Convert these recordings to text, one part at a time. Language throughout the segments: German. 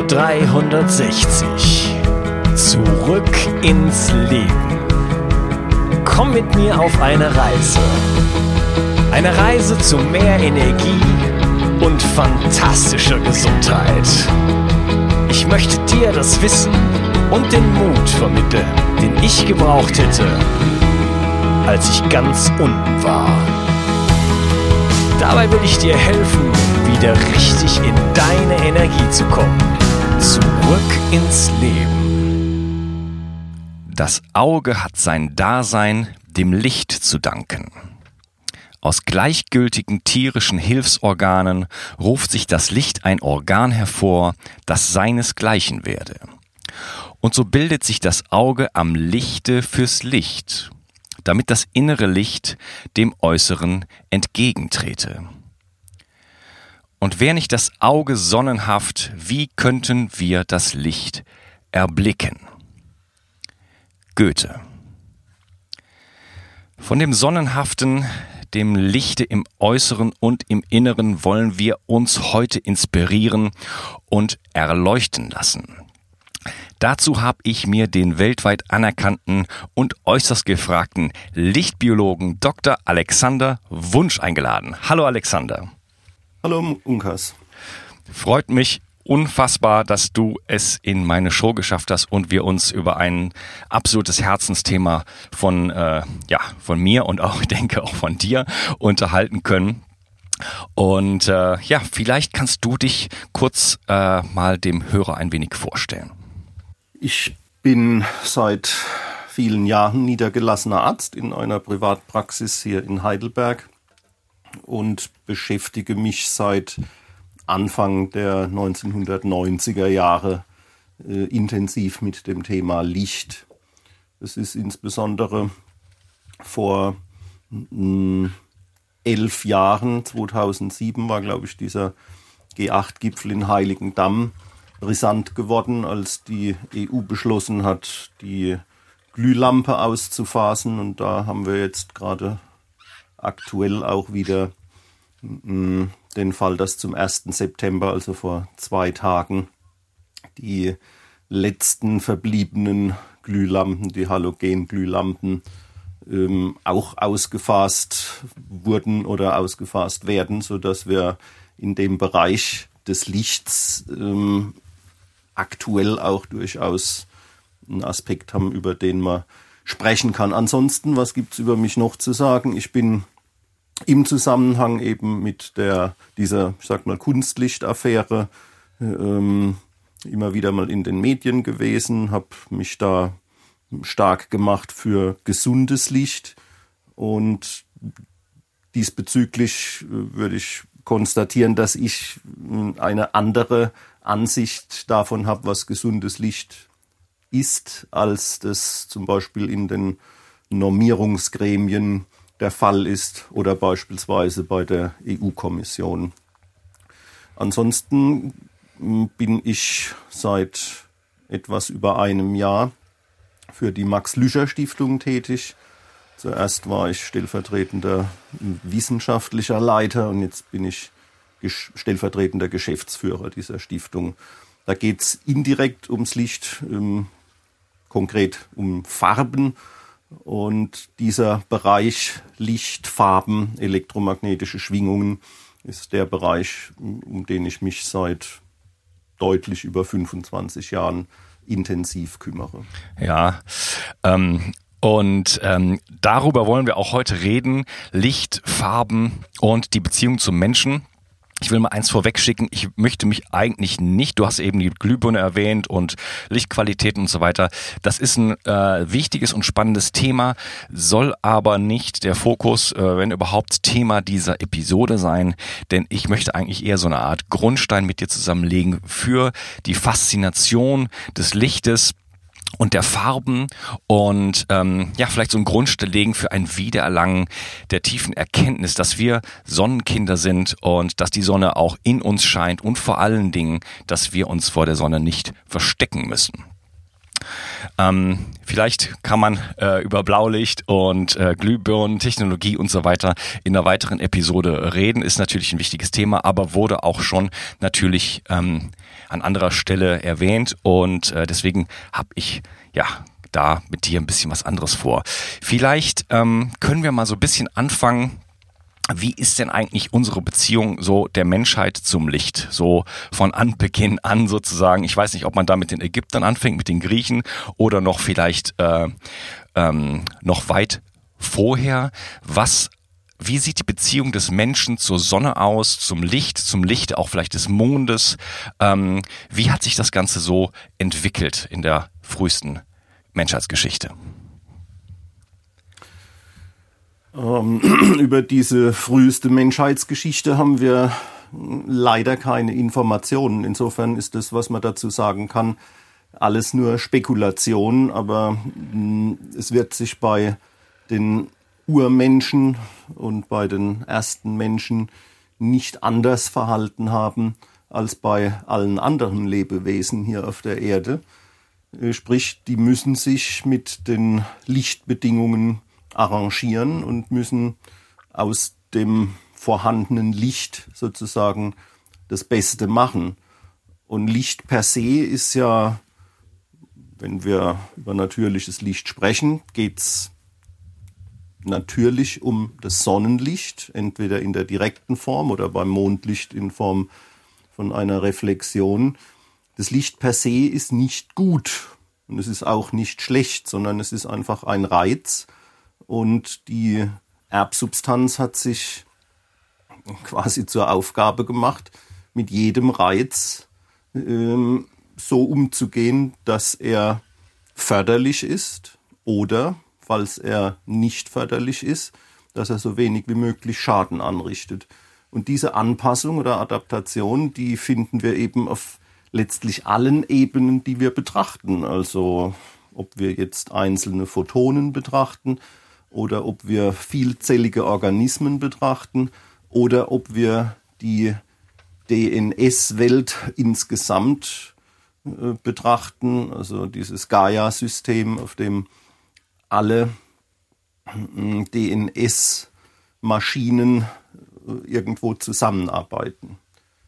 360. Zurück ins Leben. Komm mit mir auf eine Reise. Eine Reise zu mehr Energie und fantastischer Gesundheit. Ich möchte dir das Wissen und den Mut vermitteln, den ich gebraucht hätte, als ich ganz unten war. Dabei will ich dir helfen, wieder richtig in deine Energie zu kommen. Zurück ins Leben. Das Auge hat sein Dasein dem Licht zu danken. Aus gleichgültigen tierischen Hilfsorganen ruft sich das Licht ein Organ hervor, das seinesgleichen werde. Und so bildet sich das Auge am Lichte fürs Licht, damit das innere Licht dem Äußeren entgegentrete. Und wär nicht das Auge sonnenhaft, wie könnten wir das Licht erblicken? Goethe. Von dem Sonnenhaften, dem Lichte im Äußeren und im Inneren wollen wir uns heute inspirieren und erleuchten lassen. Dazu habe ich mir den weltweit anerkannten und äußerst gefragten Lichtbiologen Dr. Alexander Wunsch eingeladen. Hallo Alexander. Hallo Unkas. Freut mich unfassbar, dass du es in meine Show geschafft hast und wir uns über ein absolutes Herzensthema von mir und auch, ich denke, auch von dir unterhalten können. Und vielleicht kannst du dich kurz mal dem Hörer ein wenig vorstellen. Ich bin seit vielen Jahren niedergelassener Arzt in einer Privatpraxis hier in Heidelberg und beschäftige mich seit Anfang der 1990er Jahre intensiv mit dem Thema Licht. Es ist insbesondere vor 11 Jahren, 2007 war, glaube ich, dieser G8-Gipfel in Heiligendamm brisant geworden, als die EU beschlossen hat, die Glühlampe auszuphasen. Und da haben wir jetzt gerade aktuell auch wieder den Fall, dass zum 1. September, also vor 2 Tagen, die letzten verbliebenen Glühlampen, die Halogenglühlampen, auch ausgefast wurden oder ausgefast werden, sodass wir in dem Bereich des Lichts aktuell auch durchaus einen Aspekt haben, über den man sprechen kann. Ansonsten, was gibt's über mich noch zu sagen? Ich bin im Zusammenhang eben mit dieser, ich sag mal, Kunstlichtaffäre immer wieder mal in den Medien gewesen, habe mich da stark gemacht für gesundes Licht und diesbezüglich würde ich konstatieren, dass ich eine andere Ansicht davon habe, was gesundes Licht ist, als das zum Beispiel in den Normierungsgremien der Fall ist oder beispielsweise bei der EU-Kommission. Ansonsten bin ich seit etwas über einem Jahr für die Max-Lüscher-Stiftung tätig. Zuerst war ich stellvertretender wissenschaftlicher Leiter und jetzt bin ich stellvertretender Geschäftsführer dieser Stiftung. Da geht es indirekt ums Licht, konkret um Farben. Und dieser Bereich Licht, Farben, elektromagnetische Schwingungen ist der Bereich, um den ich mich seit deutlich über 25 Jahren intensiv kümmere. Ja, darüber wollen wir auch heute reden. Licht, Farben und die Beziehung zum Menschen. Ich will mal eins vorweg schicken, ich möchte mich eigentlich nicht, du hast eben die Glühbirne erwähnt und Lichtqualität und so weiter. Das ist ein wichtiges und spannendes Thema, soll aber nicht der Fokus, wenn überhaupt, Thema dieser Episode sein, denn ich möchte eigentlich eher so eine Art Grundstein mit dir zusammenlegen für die Faszination des Lichtes und der Farben und vielleicht so ein Grundstein legen für ein Wiedererlangen der tiefen Erkenntnis, dass wir Sonnenkinder sind und dass die Sonne auch in uns scheint und vor allen Dingen, dass wir uns vor der Sonne nicht verstecken müssen. Vielleicht kann man über Blaulicht und Glühbirnen, Technologie und so weiter in einer weiteren Episode reden. Ist natürlich ein wichtiges Thema, aber wurde auch schon natürlich an anderer Stelle erwähnt und deswegen habe ich da mit dir ein bisschen was anderes vor. Vielleicht können wir mal so ein bisschen anfangen. Wie ist denn eigentlich unsere Beziehung so der Menschheit zum Licht? So von Anbeginn an sozusagen. Ich weiß nicht, ob man da mit den Ägyptern anfängt, mit den Griechen oder noch vielleicht noch weit vorher. Wie sieht die Beziehung des Menschen zur Sonne aus, zum Licht auch vielleicht des Mondes? Wie hat sich das Ganze so entwickelt in der frühesten Menschheitsgeschichte? Über diese früheste Menschheitsgeschichte haben wir leider keine Informationen. Insofern ist das, was man dazu sagen kann, alles nur Spekulation. Aber es wird sich bei den Urmenschen und bei den ersten Menschen nicht anders verhalten haben als bei allen anderen Lebewesen hier auf der Erde. Sprich, die müssen sich mit den Lichtbedingungen arrangieren und müssen aus dem vorhandenen Licht sozusagen das Beste machen. Und Licht per se ist ja, wenn wir über natürliches Licht sprechen, geht es natürlich um das Sonnenlicht, entweder in der direkten Form oder beim Mondlicht in Form von einer Reflexion. Das Licht per se ist nicht gut und es ist auch nicht schlecht, sondern es ist einfach ein Reiz. Und die Erbsubstanz hat sich quasi zur Aufgabe gemacht, mit jedem Reiz so umzugehen, dass er förderlich ist oder, falls er nicht förderlich ist, dass er so wenig wie möglich Schaden anrichtet. Und diese Anpassung oder Adaptation, die finden wir eben auf letztlich allen Ebenen, die wir betrachten. Also ob wir jetzt einzelne Photonen betrachten, oder ob wir vielzellige Organismen betrachten oder ob wir die DNS-Welt insgesamt betrachten, also dieses Gaia-System, auf dem alle DNS-Maschinen irgendwo zusammenarbeiten.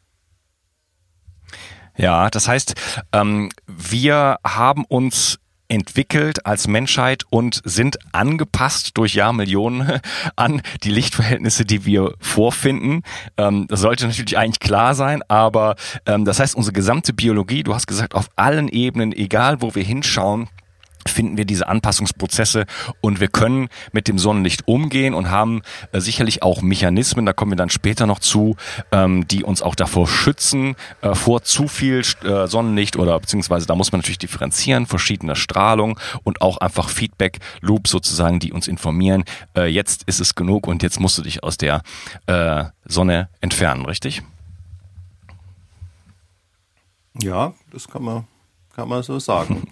Ja, das heißt, wir haben uns entwickelt als Menschheit und sind angepasst durch Jahrmillionen an die Lichtverhältnisse, die wir vorfinden. Das sollte natürlich eigentlich klar sein, aber das heißt, unsere gesamte Biologie, du hast gesagt, auf allen Ebenen, egal wo wir hinschauen, finden wir diese Anpassungsprozesse und wir können mit dem Sonnenlicht umgehen und haben sicherlich auch Mechanismen, da kommen wir dann später noch zu, die uns auch davor schützen, vor zu viel Sonnenlicht oder beziehungsweise da muss man natürlich differenzieren, verschiedene Strahlung und auch einfach Feedback-Loops sozusagen, die uns informieren, jetzt ist es genug und jetzt musst du dich aus der Sonne entfernen, richtig? Ja, das kann man so sagen.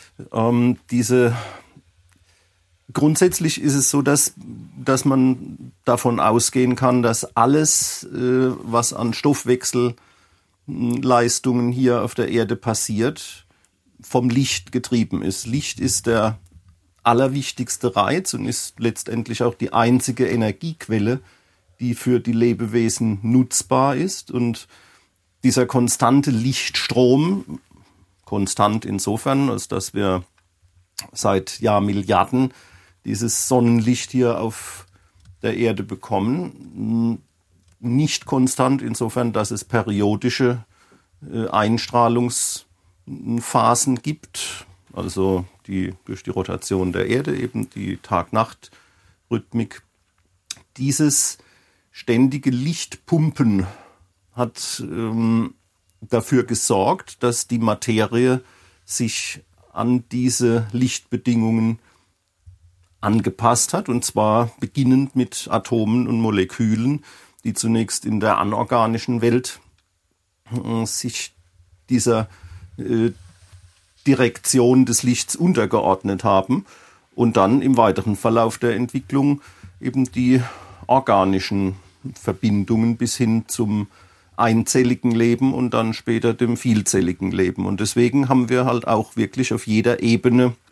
Grundsätzlich ist es so, dass man davon ausgehen kann, dass alles, was an Stoffwechselleistungen hier auf der Erde passiert, vom Licht getrieben ist. Licht ist der allerwichtigste Reiz und ist letztendlich auch die einzige Energiequelle, die für die Lebewesen nutzbar ist. Und dieser konstante Lichtstrom, konstant insofern, als dass wir seit Jahrmilliarden dieses Sonnenlicht hier auf der Erde bekommen. Nicht konstant insofern, dass es periodische Einstrahlungsphasen gibt, also die durch die Rotation der Erde eben die Tag-Nacht-Rhythmik. Dieses ständige Lichtpumpen hat dafür gesorgt, dass die Materie sich an diese Lichtbedingungen angepasst hat, und zwar beginnend mit Atomen und Molekülen, die zunächst in der anorganischen Welt sich dieser Direktion des Lichts untergeordnet haben und dann im weiteren Verlauf der Entwicklung eben die organischen Verbindungen bis hin zum einzelligen Leben und dann später dem vielzelligen Leben. Und deswegen haben wir halt auch wirklich auf jeder Ebene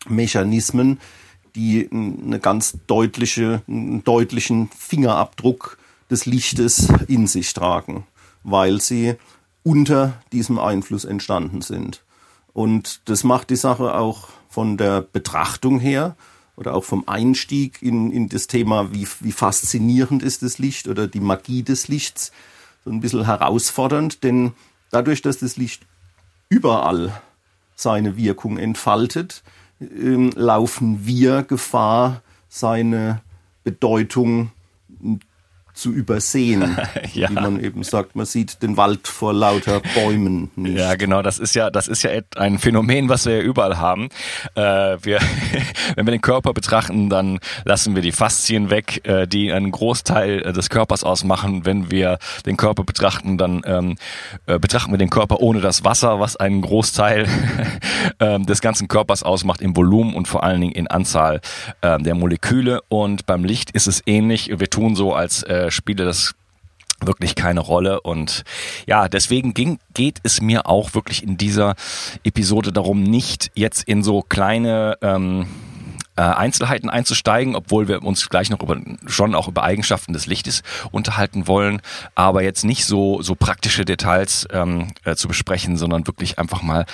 Mechanismen, die einen deutlichen Fingerabdruck des Lichtes in sich tragen, weil sie unter diesem Einfluss entstanden sind. Und das macht die Sache auch von der Betrachtung her oder auch vom Einstieg in das Thema, wie faszinierend ist das Licht oder die Magie des Lichts, so ein bisschen herausfordernd, denn dadurch, dass das Licht überall seine Wirkung entfaltet, laufen wir Gefahr, seine Bedeutung zu übersehen. Ja. Wie man eben sagt, man sieht den Wald vor lauter Bäumen nicht. Ja, genau, das ist ja ein Phänomen, was wir ja überall haben. Wenn wir den Körper betrachten, dann lassen wir die Faszien weg, die einen Großteil des Körpers ausmachen. Wenn wir den Körper betrachten, dann betrachten wir den Körper ohne das Wasser, was einen Großteil des ganzen Körpers ausmacht im Volumen und vor allen Dingen in Anzahl der Moleküle. Und beim Licht ist es ähnlich. Wir tun so, als spiele das wirklich keine Rolle. Und ja, deswegen geht es mir auch wirklich in dieser Episode darum, nicht jetzt in so kleine Einzelheiten einzusteigen, obwohl wir uns gleich noch schon auch über Eigenschaften des Lichtes unterhalten wollen, aber jetzt nicht so praktische Details zu besprechen, sondern wirklich einfach mal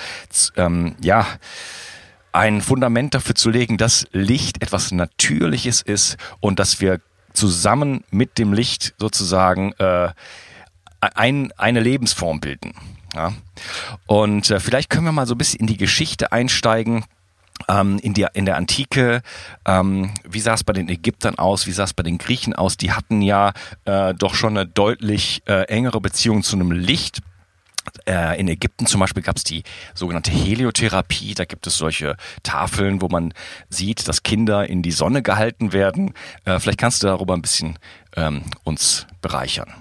ein Fundament dafür zu legen, dass Licht etwas Natürliches ist und dass wir zusammen mit dem Licht sozusagen eine Lebensform bilden. Ja? Und vielleicht können wir mal so ein bisschen in die Geschichte einsteigen, in der Antike. Wie sah es bei den Ägyptern aus? Wie sah es bei den Griechen aus? Die hatten ja doch schon eine deutlich engere Beziehung zu einem Licht. In Ägypten zum Beispiel gab es die sogenannte Heliotherapie. Da gibt es solche Tafeln, wo man sieht, dass Kinder in die Sonne gehalten werden. Vielleicht kannst du darüber ein bisschen uns bereichern.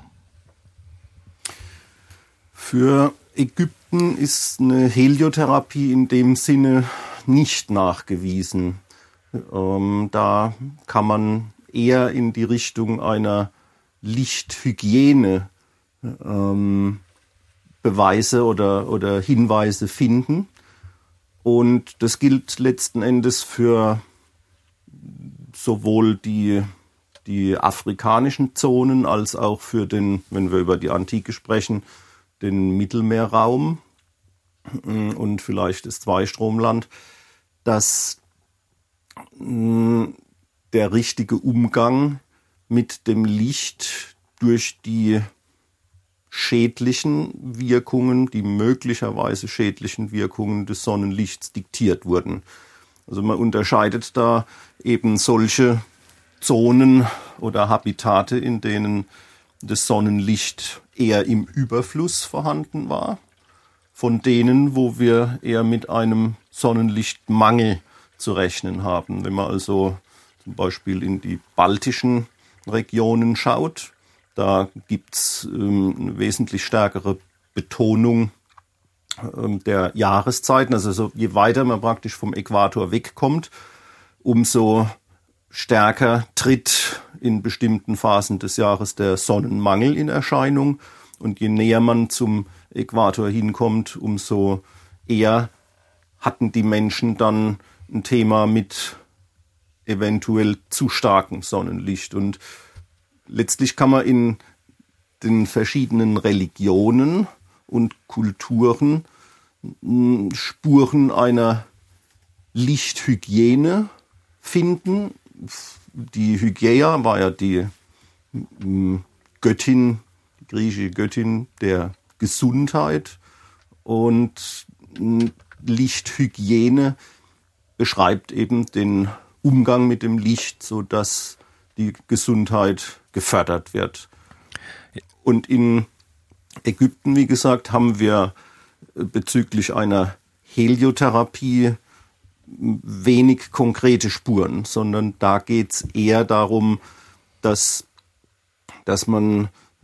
Für Ägypten ist eine Heliotherapie in dem Sinne nicht nachgewiesen. Da kann man eher in die Richtung einer Lichthygiene Beweise oder Hinweise finden. Und das gilt letzten Endes für sowohl die afrikanischen Zonen als auch für den, wenn wir über die Antike sprechen, den Mittelmeerraum und vielleicht das Zweistromland, dass der richtige Umgang mit dem Licht durch die schädlichen Wirkungen, die möglicherweise schädlichen Wirkungen des Sonnenlichts diktiert wurden. Also man unterscheidet da eben solche Zonen oder Habitate, in denen das Sonnenlicht eher im Überfluss vorhanden war, von denen, wo wir eher mit einem Sonnenlichtmangel zu rechnen haben. Wenn man also zum Beispiel in die baltischen Regionen schaut, da gibt es eine wesentlich stärkere Betonung der Jahreszeiten. Also je weiter man praktisch vom Äquator wegkommt, umso stärker tritt in bestimmten Phasen des Jahres der Sonnenmangel in Erscheinung. Und je näher man zum Äquator hinkommt, umso eher hatten die Menschen dann ein Thema mit eventuell zu starkem Sonnenlicht. Und letztlich kann man in den verschiedenen Religionen und Kulturen Spuren einer Lichthygiene finden. Die Hygieia war ja die Göttin, die griechische Göttin der Gesundheit. Und Lichthygiene beschreibt eben den Umgang mit dem Licht, sodass die Gesundheit gefördert wird. Und in Ägypten, wie gesagt, haben wir bezüglich einer Heliotherapie wenig konkrete Spuren, sondern da geht es eher darum, dass man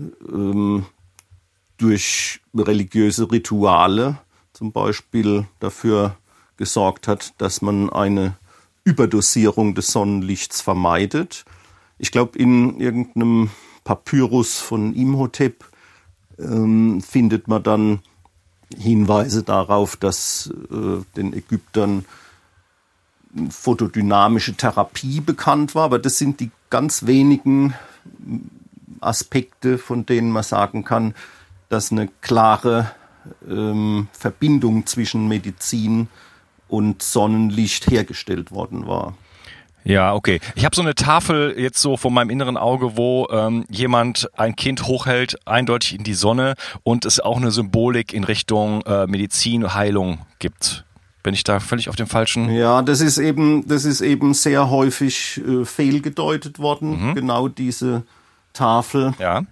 durch religiöse Rituale zum Beispiel dafür gesorgt hat, dass man eine Überdosierung des Sonnenlichts vermeidet. Ich glaube, in irgendeinem Papyrus von Imhotep findet man dann Hinweise darauf, dass den Ägyptern photodynamische Therapie bekannt war, aber das sind die ganz wenigen Aspekte, von denen man sagen kann, dass eine klare Verbindung zwischen Medizin und Sonnenlicht hergestellt worden war. Ja, okay. Ich habe so eine Tafel jetzt so vor meinem inneren Auge, wo jemand ein Kind hochhält, eindeutig in die Sonne, und es auch eine Symbolik in Richtung Medizin, Heilung gibt. Bin ich da völlig auf dem falschen? Ja, das ist eben sehr häufig fehlgedeutet worden, genau diese Tafel. Ja.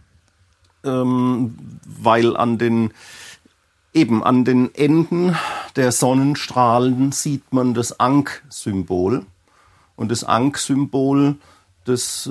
Weil an den Enden der Sonnenstrahlen sieht man das Ankh-Symbol. Und das Ankh-Symbol, das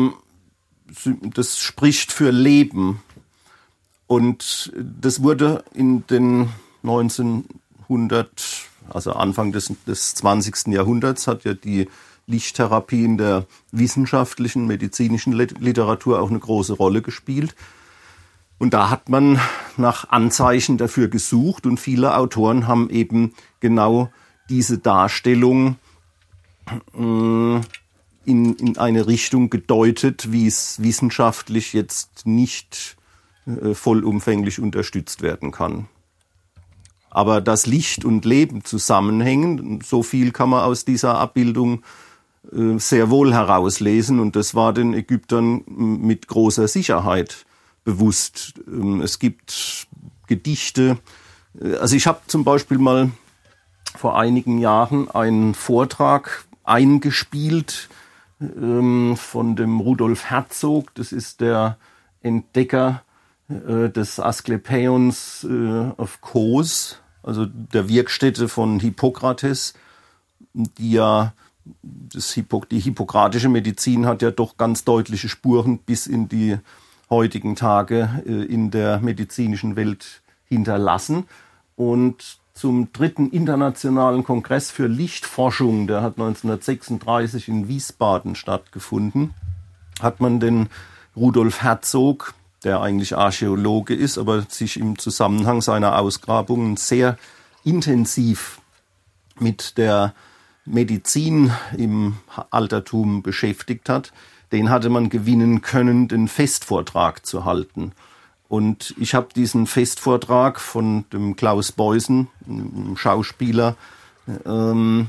spricht für Leben. Und das wurde in den 1900, also Anfang des 20. Jahrhunderts, hat ja die Lichttherapie in der wissenschaftlichen, medizinischen Literatur auch eine große Rolle gespielt. Und da hat man nach Anzeichen dafür gesucht, und viele Autoren haben eben genau diese Darstellung in eine Richtung gedeutet, wie es wissenschaftlich jetzt nicht vollumfänglich unterstützt werden kann. Aber dass Licht und Leben zusammenhängen, so viel kann man aus dieser Abbildung sehr wohl herauslesen, und das war den Ägyptern mit großer Sicherheit bewusst. Es gibt Gedichte, also ich habe zum Beispiel mal vor einigen Jahren einen Vortrag eingespielt von dem Rudolf Herzog, das ist der Entdecker des Asklepios auf Kos, also der Wirkstätte von Hippokrates, die hippokratische Medizin hat ja doch ganz deutliche Spuren bis in die heutigen Tage in der medizinischen Welt hinterlassen. Und zum 3. Internationalen Kongress für Lichtforschung, der hat 1936 in Wiesbaden stattgefunden, hat man den Rudolf Herzog, der eigentlich Archäologe ist, aber sich im Zusammenhang seiner Ausgrabungen sehr intensiv mit der Medizin im Altertum beschäftigt hat, den hatte man gewinnen können, den Festvortrag zu halten. Und ich habe diesen Festvortrag von dem Klaus Beusen, einem Schauspieler, dann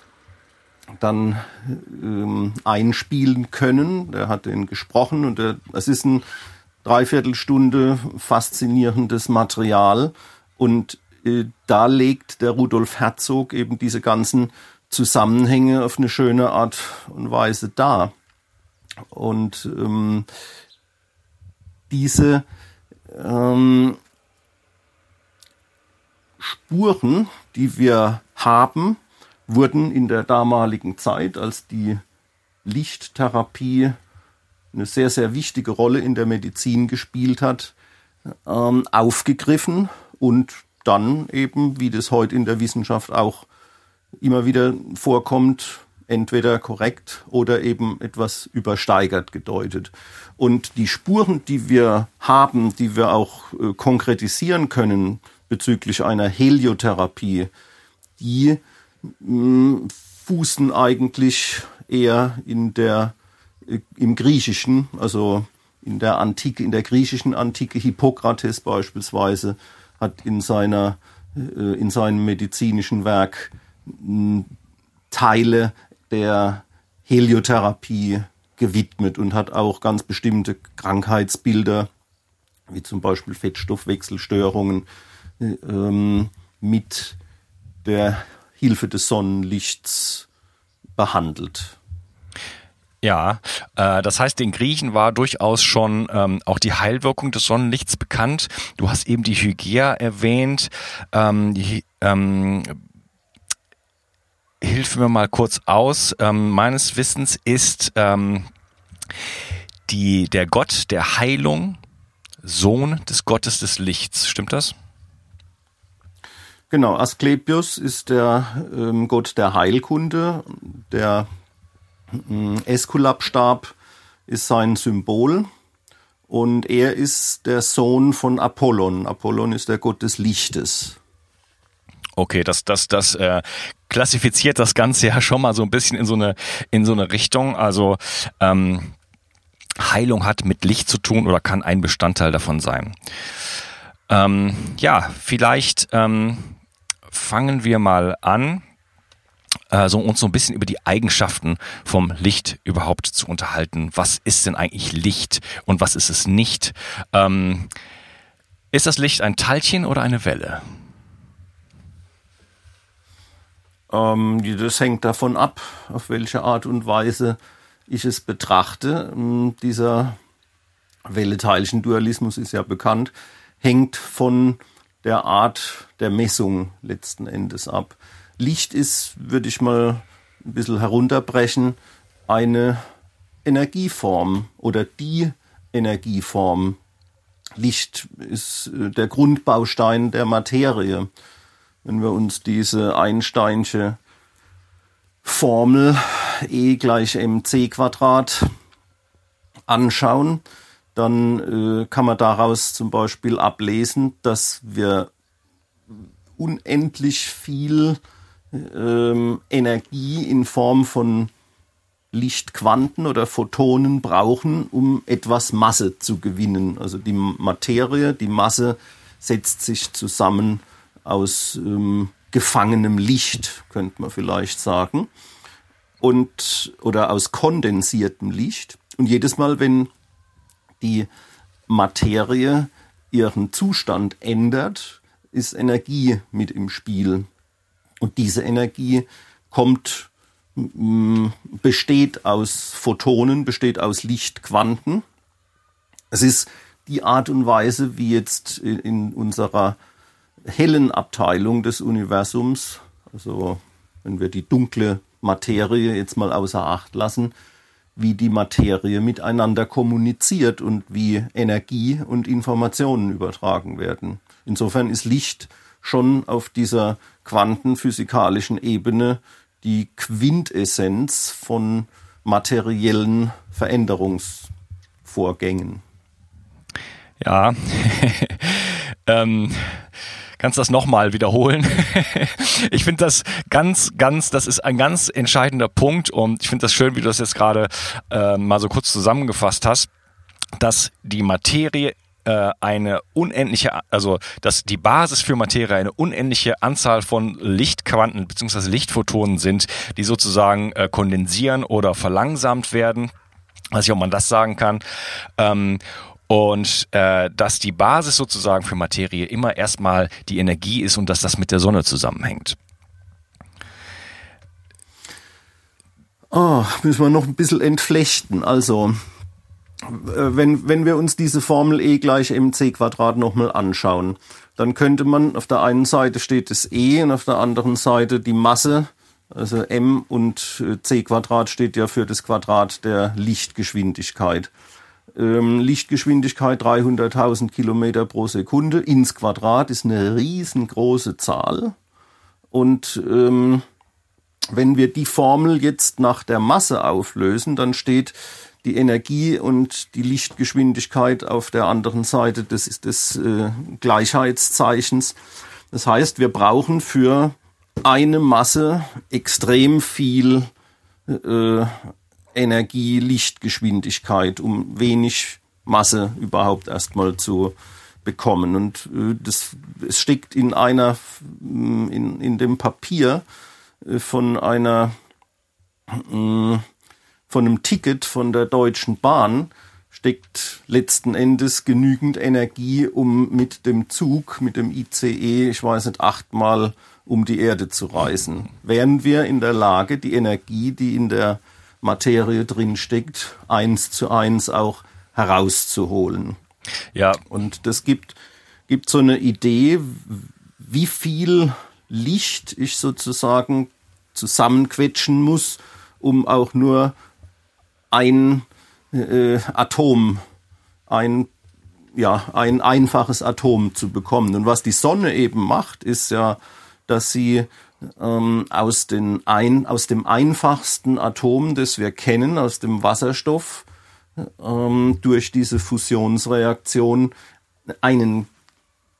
einspielen können. Der hat den gesprochen, und es ist ein Dreiviertelstunde faszinierendes Material. Und da legt der Rudolf Herzog eben diese ganzen Zusammenhänge auf eine schöne Art und Weise dar. Und diese Spuren, die wir haben, wurden in der damaligen Zeit, als die Lichttherapie eine sehr, sehr wichtige Rolle in der Medizin gespielt hat, aufgegriffen und dann eben, wie das heute in der Wissenschaft auch immer wieder vorkommt, entweder korrekt oder eben etwas übersteigert gedeutet. Und die Spuren, die wir haben, die wir auch konkretisieren können bezüglich einer Heliotherapie, die fußen eigentlich eher im Griechischen, also in der Antike, in der griechischen Antike. Hippokrates beispielsweise hat in seinem medizinischen Werk Teile der Heliotherapie gewidmet und hat auch ganz bestimmte Krankheitsbilder, wie zum Beispiel Fettstoffwechselstörungen, mit der Hilfe des Sonnenlichts behandelt. Ja, das heißt, den Griechen war durchaus schon auch die Heilwirkung des Sonnenlichts bekannt. Du hast eben die Hygeia erwähnt. Hilf mir mal kurz aus. Meines Wissens ist der Gott der Heilung Sohn des Gottes des Lichts. Stimmt das? Genau, Asklepios ist der Gott der Heilkunde. Der Äskulapstab ist sein Symbol. Und er ist der Sohn von Apollon. Apollon ist der Gott des Lichtes. Okay, das klassifiziert das Ganze ja schon mal so ein bisschen in so eine Richtung. Also Heilung hat mit Licht zu tun oder kann ein Bestandteil davon sein. Vielleicht fangen wir mal an, uns so ein bisschen über die Eigenschaften vom Licht überhaupt zu unterhalten. Was ist denn eigentlich Licht und was ist es nicht? Ist das Licht ein Teilchen oder eine Welle? Das hängt davon ab, auf welche Art und Weise ich es betrachte. Dieser Welle-Teilchen-Dualismus ist ja bekannt, hängt von der Art der Messung letzten Endes ab. Licht ist, würde ich mal ein bisschen herunterbrechen, eine Energieform oder die Energieform. Licht ist der Grundbaustein der Materie. Wenn wir uns diese Einsteinsche Formel E = mc² anschauen, dann kann man daraus zum Beispiel ablesen, dass wir unendlich viel Energie in Form von Lichtquanten oder Photonen brauchen, um etwas Masse zu gewinnen. Also die Materie, die Masse setzt sich zusammen aus gefangenem Licht, könnte man vielleicht sagen, oder aus kondensiertem Licht. Und jedes Mal, wenn die Materie ihren Zustand ändert, ist Energie mit im Spiel. Und diese Energie besteht aus Photonen, besteht aus Lichtquanten. Es ist die Art und Weise, wie jetzt in unserer hellen Abteilung des Universums, also wenn wir die dunkle Materie jetzt mal außer Acht lassen, wie die Materie miteinander kommuniziert und wie Energie und Informationen übertragen werden. Insofern ist Licht schon auf dieser quantenphysikalischen Ebene die Quintessenz von materiellen Veränderungsvorgängen. Ja, kannst du das nochmal wiederholen? Ich finde das das ist ein ganz entscheidender Punkt und ich finde das schön, wie du das jetzt gerade mal so kurz zusammengefasst hast, dass die Materie dass die Basis für Materie eine unendliche Anzahl von Lichtquanten bzw. Lichtphotonen sind, die sozusagen kondensieren oder verlangsamt werden. Weiß nicht, ob man das sagen kann. Und dass die Basis sozusagen für Materie immer erstmal die Energie ist und dass das mit der Sonne zusammenhängt. Müssen wir noch ein bisschen entflechten. Also wenn wir uns diese Formel E = mc² nochmal anschauen, dann könnte man, auf der einen Seite steht das E und auf der anderen Seite die Masse, also m, und c² steht ja für das Quadrat der Lichtgeschwindigkeit. Lichtgeschwindigkeit 300.000 Kilometer pro Sekunde ins Quadrat ist eine riesengroße Zahl. Und wenn wir die Formel jetzt nach der Masse auflösen, dann steht die Energie und die Lichtgeschwindigkeit auf der anderen Seite des Gleichheitszeichens. Das heißt, wir brauchen für eine Masse extrem viel Energie, Lichtgeschwindigkeit, um wenig Masse überhaupt erstmal zu bekommen. Und es steckt in dem Papier von einem Ticket von der Deutschen Bahn steckt letzten Endes genügend Energie, um mit dem Zug, mit dem ICE, 8-mal um die Erde zu reisen. Wären wir in der Lage, die Energie, die in der Materie drin steckt, 1:1 auch herauszuholen. Ja. Und das gibt so eine Idee, wie viel Licht ich sozusagen zusammenquetschen muss, um auch nur ein Atom, ein einfaches Atom zu bekommen. Und was die Sonne eben macht, ist ja, dass sie aus dem einfachsten Atom, das wir kennen, aus dem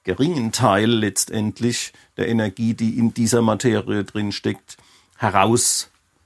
geringen Teil letztendlich der Energie, die in dieser Materie drin steckt, herausholt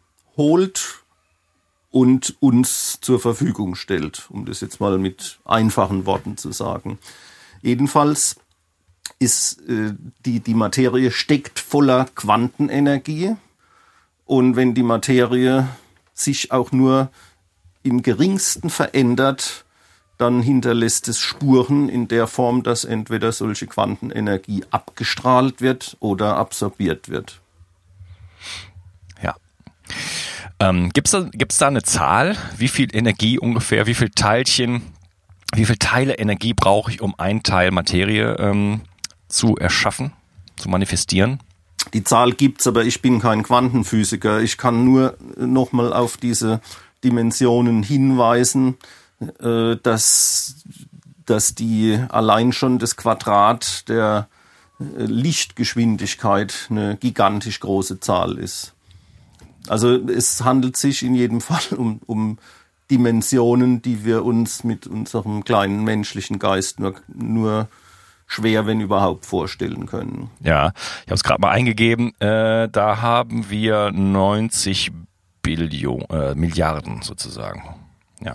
und uns zur Verfügung stellt, um das jetzt mal mit einfachen Worten zu sagen. Jedenfalls ist die Materie steckt voller Quantenenergie, und wenn die Materie sich auch nur im geringsten verändert, dann hinterlässt es Spuren in der Form, dass entweder solche Quantenenergie abgestrahlt wird oder absorbiert wird. Ja. Gibt's da eine Zahl, wie viel Energie ungefähr, wie viel Teilchen, wie viel Teile Energie brauche ich, um ein Teil Materie zu erschaffen, zu manifestieren? Die Zahl gibt's, aber ich bin kein Quantenphysiker. Ich kann nur nochmal auf diese Dimensionen hinweisen, dass die allein schon das Quadrat der Lichtgeschwindigkeit eine gigantisch große Zahl ist. Also es handelt sich in jedem Fall um Dimensionen, die wir uns mit unserem kleinen menschlichen Geist nur schwer, wenn überhaupt, vorstellen können. Ja, ich habe es gerade mal eingegeben. Da haben wir 90 Milliarden sozusagen. Ja.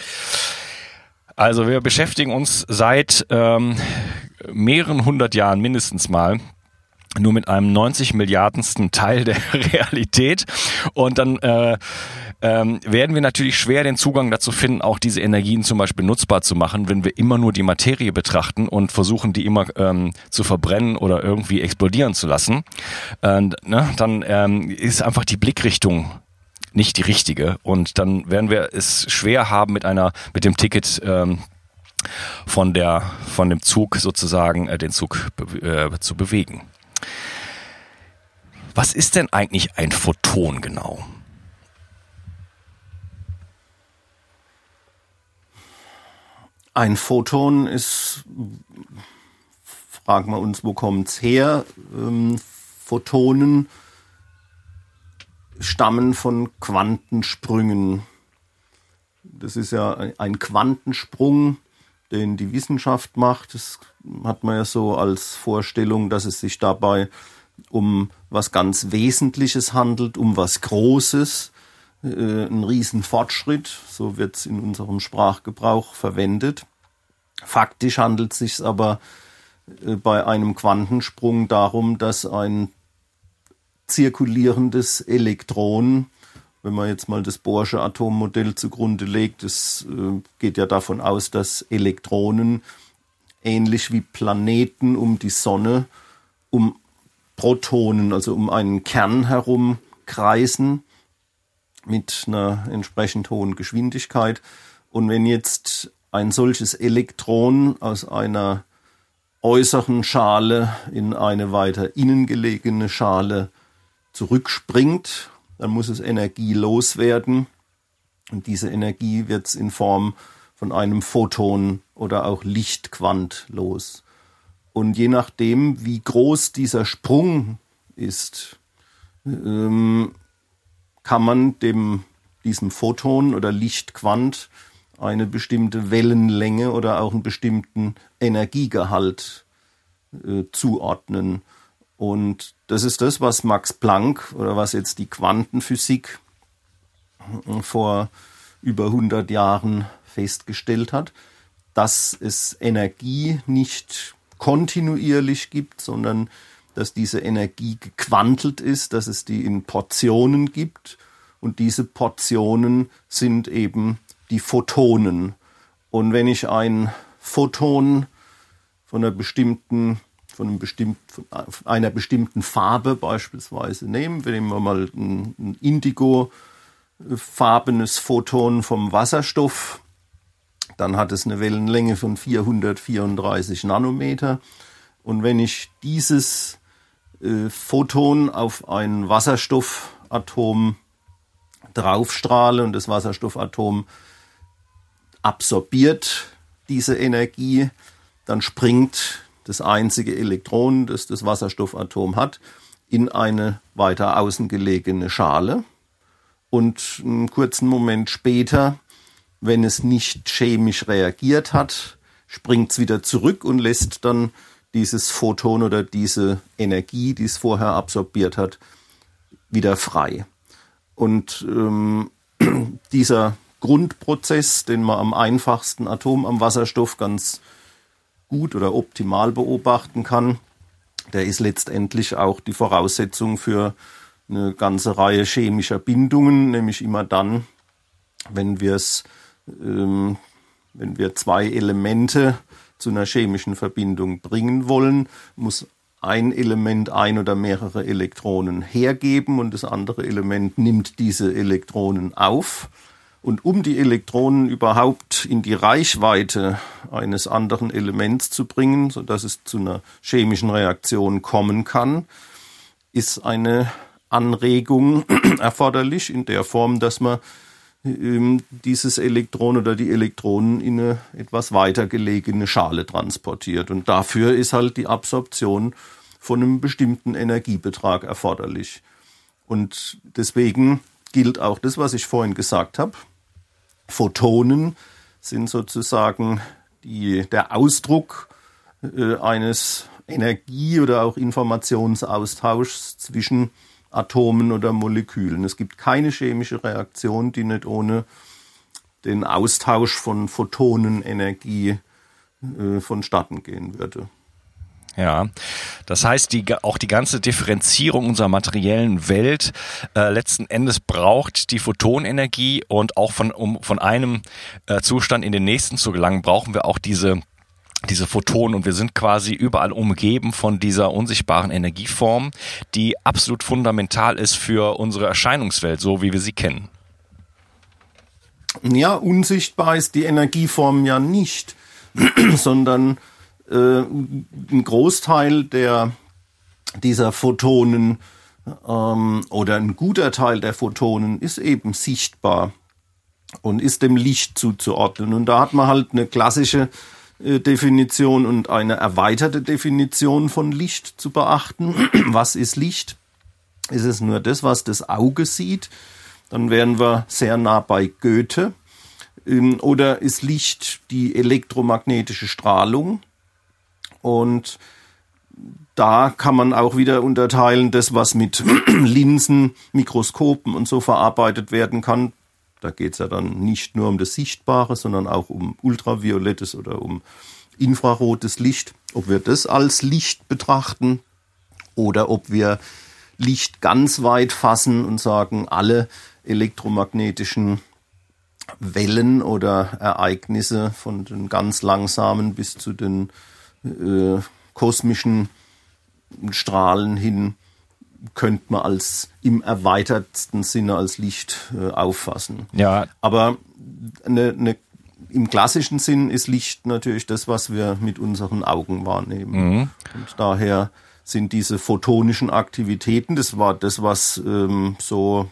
Also wir beschäftigen uns seit mehreren hundert Jahren mindestens mal nur mit einem 90 Milliardensten Teil der Realität, und dann werden wir natürlich schwer den Zugang dazu finden, auch diese Energien zum Beispiel nutzbar zu machen, wenn wir immer nur die Materie betrachten und versuchen, die immer zu verbrennen oder irgendwie explodieren zu lassen. Dann ist einfach die Blickrichtung nicht die richtige, und dann werden wir es schwer haben mit dem Ticket von dem Zug sozusagen den Zug zu bewegen. Was ist denn eigentlich ein Photon genau? Ein Photon ist, fragen wir uns, wo kommt's her? Photonen stammen von Quantensprüngen. Das ist ja ein Quantensprung, den die Wissenschaft macht. Das hat man ja so als Vorstellung, dass es sich dabei um was ganz Wesentliches handelt, um was Großes, ein Riesenfortschritt, so wird es in unserem Sprachgebrauch verwendet. Faktisch handelt es sich aber bei einem Quantensprung darum, dass ein zirkulierendes Elektron, wenn man jetzt mal das Bohrsche Atommodell zugrunde legt, es geht ja davon aus, dass Elektronen ähnlich wie Planeten um die Sonne, um Protonen, also um einen Kern herum kreisen mit einer entsprechend hohen Geschwindigkeit. Und wenn jetzt ein solches Elektron aus einer äußeren Schale in eine weiter innen gelegene Schale zurückspringt, dann muss es Energie loswerden. Und diese Energie wird es in Form von einem Photon oder auch Lichtquant los. Und je nachdem, wie groß dieser Sprung ist, kann man diesem Photon oder Lichtquant eine bestimmte Wellenlänge oder auch einen bestimmten Energiegehalt zuordnen. Und das ist das, was Max Planck oder was jetzt die Quantenphysik vor über 100 Jahren festgestellt hat, dass es Energie nicht kontinuierlich gibt, sondern dass diese Energie gequantelt ist, dass es die in Portionen gibt, und diese Portionen sind eben die Photonen. Und wenn ich ein Photon von einer bestimmten Farbe beispielsweise nehme, nehmen wir mal ein indigofarbenes Photon vom Wasserstoff, dann hat es eine Wellenlänge von 434 Nanometer. Und wenn ich dieses Photon auf ein Wasserstoffatom draufstrahle und das Wasserstoffatom absorbiert diese Energie, dann springt das einzige Elektron, das das Wasserstoffatom hat, in eine weiter außen gelegene Schale. Und einen kurzen Moment später, wenn es nicht chemisch reagiert hat, springt es wieder zurück und lässt dann dieses Photon oder diese Energie, die es vorher absorbiert hat, wieder frei. Und dieser Grundprozess, den man am einfachsten Atom am Wasserstoff ganz gut oder optimal beobachten kann, der ist letztendlich auch die Voraussetzung für eine ganze Reihe chemischer Bindungen, nämlich immer dann, wenn wir zwei Elemente zu einer chemischen Verbindung bringen wollen, muss ein Element ein oder mehrere Elektronen hergeben und das andere Element nimmt diese Elektronen auf. Und um die Elektronen überhaupt in die Reichweite eines anderen Elements zu bringen, sodass es zu einer chemischen Reaktion kommen kann, ist eine Anregung erforderlich in der Form, dass man dieses Elektron oder die Elektronen in eine etwas weiter gelegene Schale transportiert. Und dafür ist halt die Absorption von einem bestimmten Energiebetrag erforderlich. Und deswegen gilt auch das, was ich vorhin gesagt habe. Photonen sind sozusagen der Ausdruck eines Energie- oder auch Informationsaustauschs zwischen Atomen oder Molekülen. Es gibt keine chemische Reaktion, die nicht ohne den Austausch von Photonenenergie vonstatten gehen würde. Ja, das heißt, auch die ganze Differenzierung unserer materiellen Welt letzten Endes braucht die Photonenergie und auch um von einem Zustand in den nächsten zu gelangen, brauchen wir auch diese Photonen und wir sind quasi überall umgeben von dieser unsichtbaren Energieform, die absolut fundamental ist für unsere Erscheinungswelt, so wie wir sie kennen. Ja, unsichtbar ist die Energieform ja nicht, sondern ein Großteil dieser Photonen oder ein guter Teil der Photonen ist eben sichtbar und ist dem Licht zuzuordnen. Und da hat man halt eine klassische Definition und eine erweiterte Definition von Licht zu beachten. Was ist Licht? Ist es nur das, was das Auge sieht? Dann wären wir sehr nah bei Goethe. Oder ist Licht die elektromagnetische Strahlung? Und da kann man auch wieder unterteilen, das, was mit Linsen, Mikroskopen und so verarbeitet werden kann. Da geht es ja dann nicht nur um das Sichtbare, sondern auch um ultraviolettes oder um infrarotes Licht. Ob wir das als Licht betrachten oder ob wir Licht ganz weit fassen und sagen, alle elektromagnetischen Wellen oder Ereignisse von den ganz langsamen bis zu den kosmischen Strahlen hin könnte man im erweitertsten Sinne als Licht auffassen. Ja. Aber im klassischen Sinn ist Licht natürlich das, was wir mit unseren Augen wahrnehmen. Mhm. Und daher sind diese photonischen Aktivitäten, das war das, was so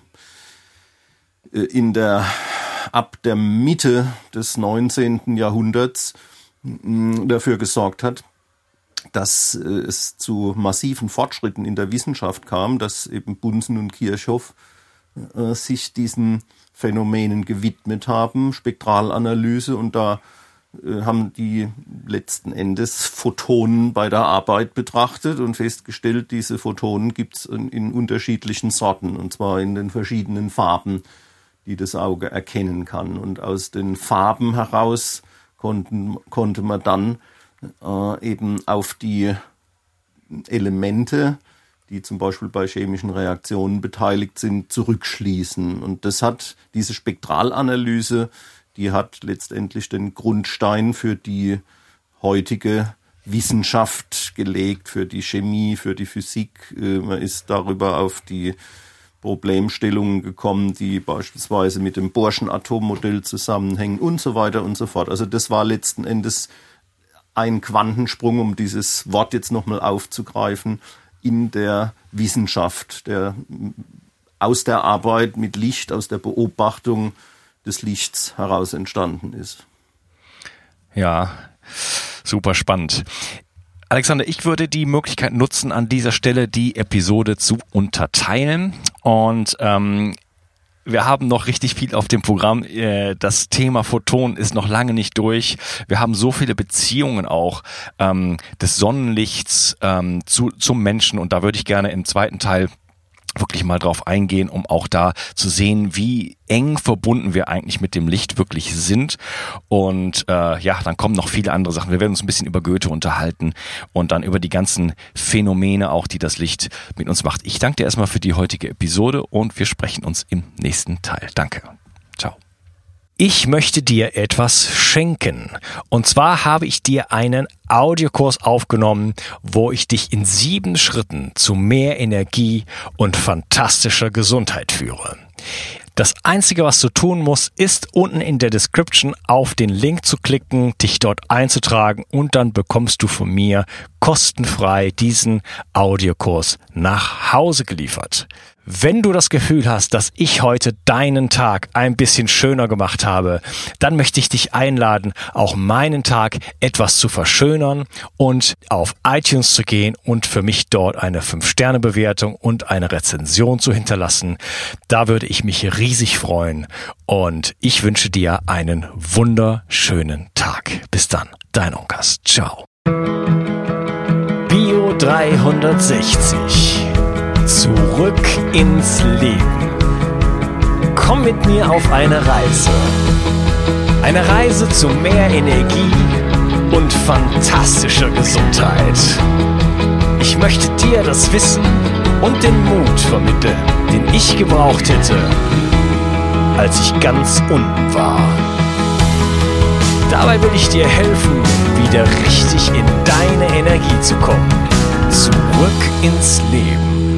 ab der Mitte des 19. Jahrhunderts dafür gesorgt hat, dass es zu massiven Fortschritten in der Wissenschaft kam, dass eben Bunsen und Kirchhoff sich diesen Phänomenen gewidmet haben, Spektralanalyse, und da haben die letzten Endes Photonen bei der Arbeit betrachtet und festgestellt, diese Photonen gibt es in unterschiedlichen Sorten, und zwar in den verschiedenen Farben, die das Auge erkennen kann. Und aus den Farben heraus konnte man dann eben auf die Elemente, die zum Beispiel bei chemischen Reaktionen beteiligt sind, zurückschließen. Und diese Spektralanalyse, die hat letztendlich den Grundstein für die heutige Wissenschaft gelegt, für die Chemie, für die Physik. Man ist darüber auf die Problemstellungen gekommen, die beispielsweise mit dem Bohrschen Atommodell zusammenhängen und so weiter und so fort. Also das war letzten Endes ein Quantensprung, um dieses Wort jetzt nochmal aufzugreifen, in der Wissenschaft, aus der Arbeit mit Licht, aus der Beobachtung des Lichts heraus entstanden ist. Ja, super spannend. Alexander, ich würde die Möglichkeit nutzen, an dieser Stelle die Episode zu unterteilen und wir haben noch richtig viel auf dem Programm. Das Thema Photon ist noch lange nicht durch. Wir haben so viele Beziehungen auch des Sonnenlichts zum Menschen, und da würde ich gerne im zweiten Teil wirklich mal drauf eingehen, um auch da zu sehen, wie eng verbunden wir eigentlich mit dem Licht wirklich sind. Und dann kommen noch viele andere Sachen. Wir werden uns ein bisschen über Goethe unterhalten und dann über die ganzen Phänomene auch, die das Licht mit uns macht. Ich danke dir erstmal für die heutige Episode und wir sprechen uns im nächsten Teil. Danke. Ciao. Ich möchte dir etwas schenken. Und zwar habe ich dir einen Audiokurs aufgenommen, wo ich dich in 7 Schritten zu mehr Energie und fantastischer Gesundheit führe. Das Einzige, was du tun musst, ist unten in der Description auf den Link zu klicken, dich dort einzutragen, und dann bekommst du von mir kostenfrei diesen Audiokurs nach Hause geliefert. Wenn du das Gefühl hast, dass ich heute deinen Tag ein bisschen schöner gemacht habe, dann möchte ich dich einladen, auch meinen Tag etwas zu verschönern und auf iTunes zu gehen und für mich dort eine 5-Sterne-Bewertung und eine Rezension zu hinterlassen. Da würde ich mich riesig freuen, und ich wünsche dir einen wunderschönen Tag. Bis dann, dein Onkas. Ciao. Bio 360. Zurück ins Leben. Komm mit mir auf eine Reise. Eine Reise zu mehr Energie und fantastischer Gesundheit. Ich möchte dir das Wissen und den Mut vermitteln, den ich gebraucht hätte, als ich ganz unten war. Dabei will ich dir helfen, wieder richtig in deine Energie zu kommen. Zurück ins Leben.